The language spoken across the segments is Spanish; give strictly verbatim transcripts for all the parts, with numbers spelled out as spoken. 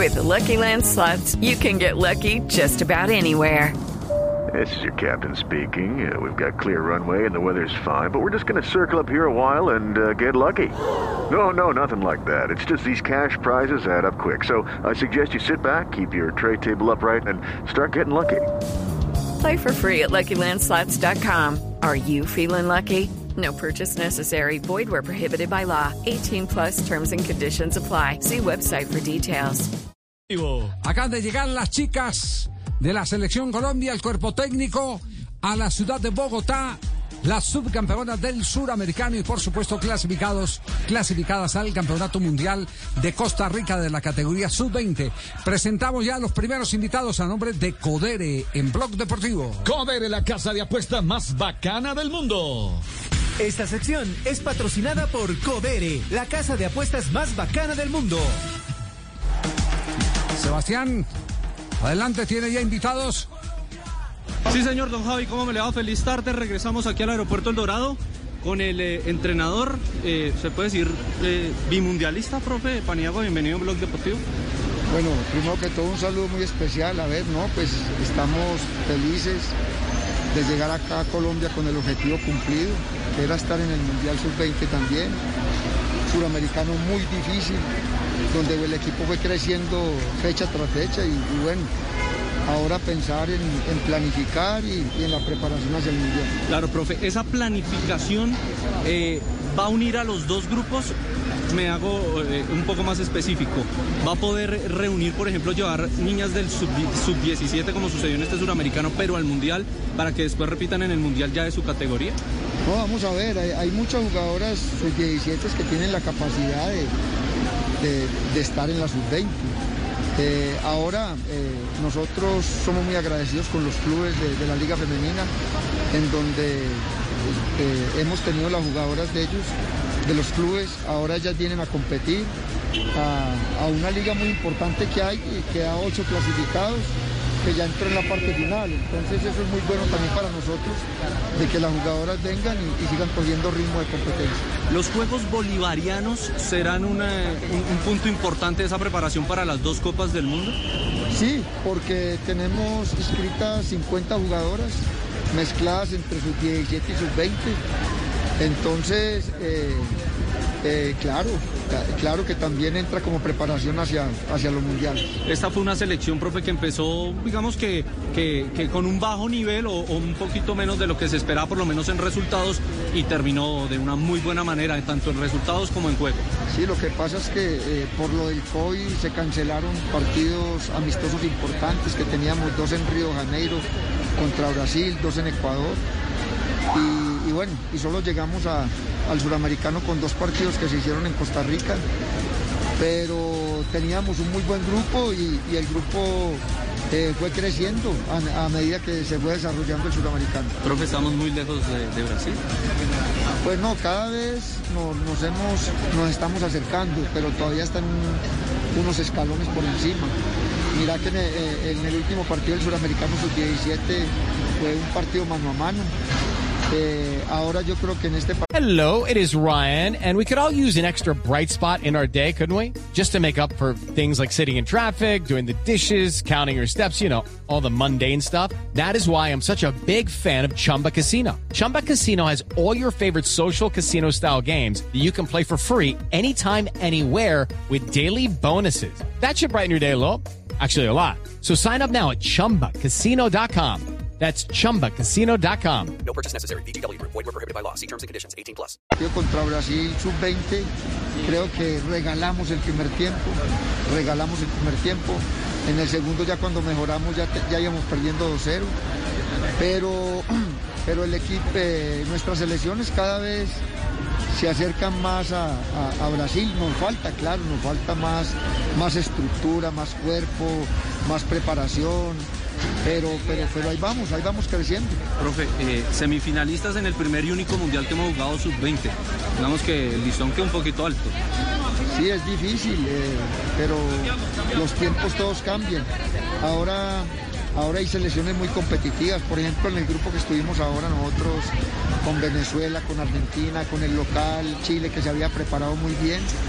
With the Lucky Land Slots, you can get lucky just about anywhere. This is your captain speaking. Uh, we've got clear runway and the weather's fine, but we're just going to circle up here a while and uh, get lucky. No, no, nothing like that. It's just these cash prizes add up quick. So I suggest you sit back, keep your tray table upright, and start getting lucky. Play for free at Lucky Land Slots dot com. Are you feeling lucky? No purchase necessary. Void where prohibited by law. eighteen plus terms and conditions apply. See website for details. Acaban de llegar las chicas de la Selección Colombia, el cuerpo técnico, a la ciudad de Bogotá, las subcampeonas del suramericano y por supuesto clasificados, clasificadas al Campeonato Mundial de Costa Rica de la categoría sub veinte. Presentamos ya a los primeros invitados a nombre de Codere en Blog Deportivo. Codere, la casa de apuestas más bacana del mundo. Esta sección es patrocinada por Codere, la casa de apuestas más bacana del mundo. Sebastián, adelante, tiene ya invitados. Sí, señor Don Javi, ¿cómo me le va? Feliz tarde. Regresamos aquí al aeropuerto El Dorado con el eh, entrenador, eh, se puede decir, eh, bimundialista, profe Paniagua. Bienvenido a Blog Deportivo. Bueno, primero que todo un saludo muy especial. A ver, ¿no? Pues estamos felices de llegar acá a Colombia con el objetivo cumplido, que era estar en el Mundial sub veinte también. Suramericano muy difícil, donde el equipo fue creciendo fecha tras fecha y, y bueno, ahora pensar en, en planificar y, y en la preparación hacia el Mundial. Claro, profe, esa planificación eh, va a unir a los dos grupos. Me hago eh, un poco más específico. ¿Va a poder reunir, por ejemplo, llevar niñas del sub diecisiete como sucedió en este suramericano, pero al Mundial, para que después repitan en el Mundial ya de su categoría? No, vamos a ver, hay, hay muchas jugadoras sub diecisiete que tienen la capacidad de, de, de estar en la sub veinte. Eh, ahora eh, nosotros somos muy agradecidos con los clubes de, de la Liga Femenina, en donde eh, hemos tenido las jugadoras de ellos, de los clubes. Ahora ellas vienen a competir a, a una liga muy importante que hay, que da ocho clasificados, que ya entró en la parte final. Entonces eso es muy bueno también para nosotros, de que las jugadoras vengan y, y sigan cogiendo ritmo de competencia. ¿Los Juegos Bolivarianos serán una, un, un punto importante de esa preparación para las dos Copas del Mundo? Sí, porque tenemos inscritas cincuenta jugadoras, mezcladas entre sub diecisiete y sub veinte. Entonces, eh, eh, claro, claro que también entra como preparación hacia, hacia los mundiales. Esta fue una selección, profe, que empezó, digamos que, que, que con un bajo nivel o, o un poquito menos de lo que se esperaba, por lo menos en resultados, y terminó de una muy buena manera, tanto en resultados como en juego. Sí, lo que pasa es que eh, por lo del COVID se cancelaron partidos amistosos importantes, que teníamos dos en Río de Janeiro contra Brasil, dos en Ecuador. Y, y bueno, y solo llegamos a, al suramericano con dos partidos que se hicieron en Costa Rica, pero teníamos un muy buen grupo y, y el grupo eh, fue creciendo a, a medida que se fue desarrollando el suramericano. Profe, ¿estamos muy lejos de, de Brasil? Pues no, cada vez nos, nos, hemos, nos estamos acercando, pero todavía están unos escalones por encima. Mira que en el, en el último partido del suramericano sub diecisiete fue un partido mano a mano. Eh, ahora yo creo que en este... Hello, it is Ryan, and we could all use an extra bright spot in our day, couldn't we? Just to make up for things like sitting in traffic, doing the dishes, counting your steps, you know, all the mundane stuff. That is why I'm such a big fan of Chumba Casino. Chumba Casino has all your favorite social casino-style games that you can play for free anytime, anywhere with daily bonuses. That should brighten your day a little. Actually, a lot. So sign up now at chumba casino dot com. That's chumba casino dot com. No purchase necessary. V G W. Void where prohibited by law. See terms and conditions. eighteen plus. Contra Brasil sub veinte, creo que regalamos el primer tiempo, regalamos el primer tiempo. En el segundo ya cuando mejoramos ya, te, ya íbamos perdiendo dos cero. Pero, pero el equipo, eh, nuestras selecciones cada vez se acercan más a, a, a Brasil. Nos falta, claro, nos falta más, más estructura, más cuerpo, más preparación. Pero, pero, pero ahí vamos, ahí vamos creciendo. Profe, eh, semifinalistas en el primer y único mundial que hemos jugado sub veinte. Digamos que el listón queda un poquito alto. Sí, es difícil, eh, pero los tiempos todos cambian. Ahora, ahora hay selecciones muy competitivas. Por ejemplo, en el grupo que estuvimos ahora nosotros, con Venezuela, con Argentina, con el local, Chile, que se había preparado muy bien.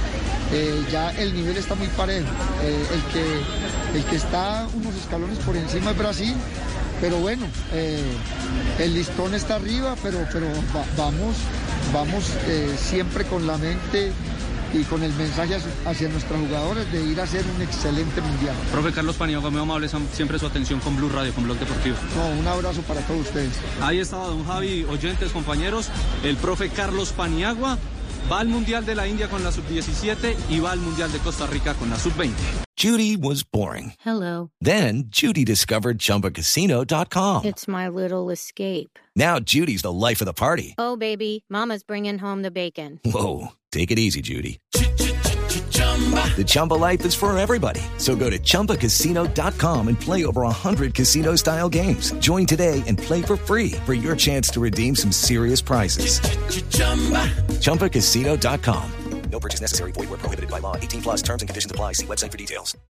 eh, ya el nivel está muy parejo. Eh, el, que, el que está unos escalones por encima es Brasil, pero bueno, eh, el listón está arriba, pero, pero va, vamos, vamos eh, siempre con la mente y con el mensaje hacia nuestros jugadores de ir a hacer un excelente mundial. Profe Carlos Paniagua, muy amable siempre su atención con Blue Radio, con Blog Deportivo. No, un abrazo para todos ustedes. Ahí estaba don Javi, oyentes, compañeros, el profe Carlos Paniagua va al Mundial de la India con la sub diecisiete y va al Mundial de Costa Rica con la sub veinte. Judy was boring. Hello. Then Judy discovered Chumba Casino dot com. It's my little escape. Now Judy's the life of the party. Oh, baby, mama's bringing home the bacon. Whoa, take it easy, Judy. The Chumba life is for everybody. So go to Chumba Casino dot com and play over one hundred casino-style games. Join today and play for free for your chance to redeem some serious prizes. Chumba Casino dot com. No purchase necessary. Void where prohibited by law. eighteen plus terms and conditions apply. See website for details.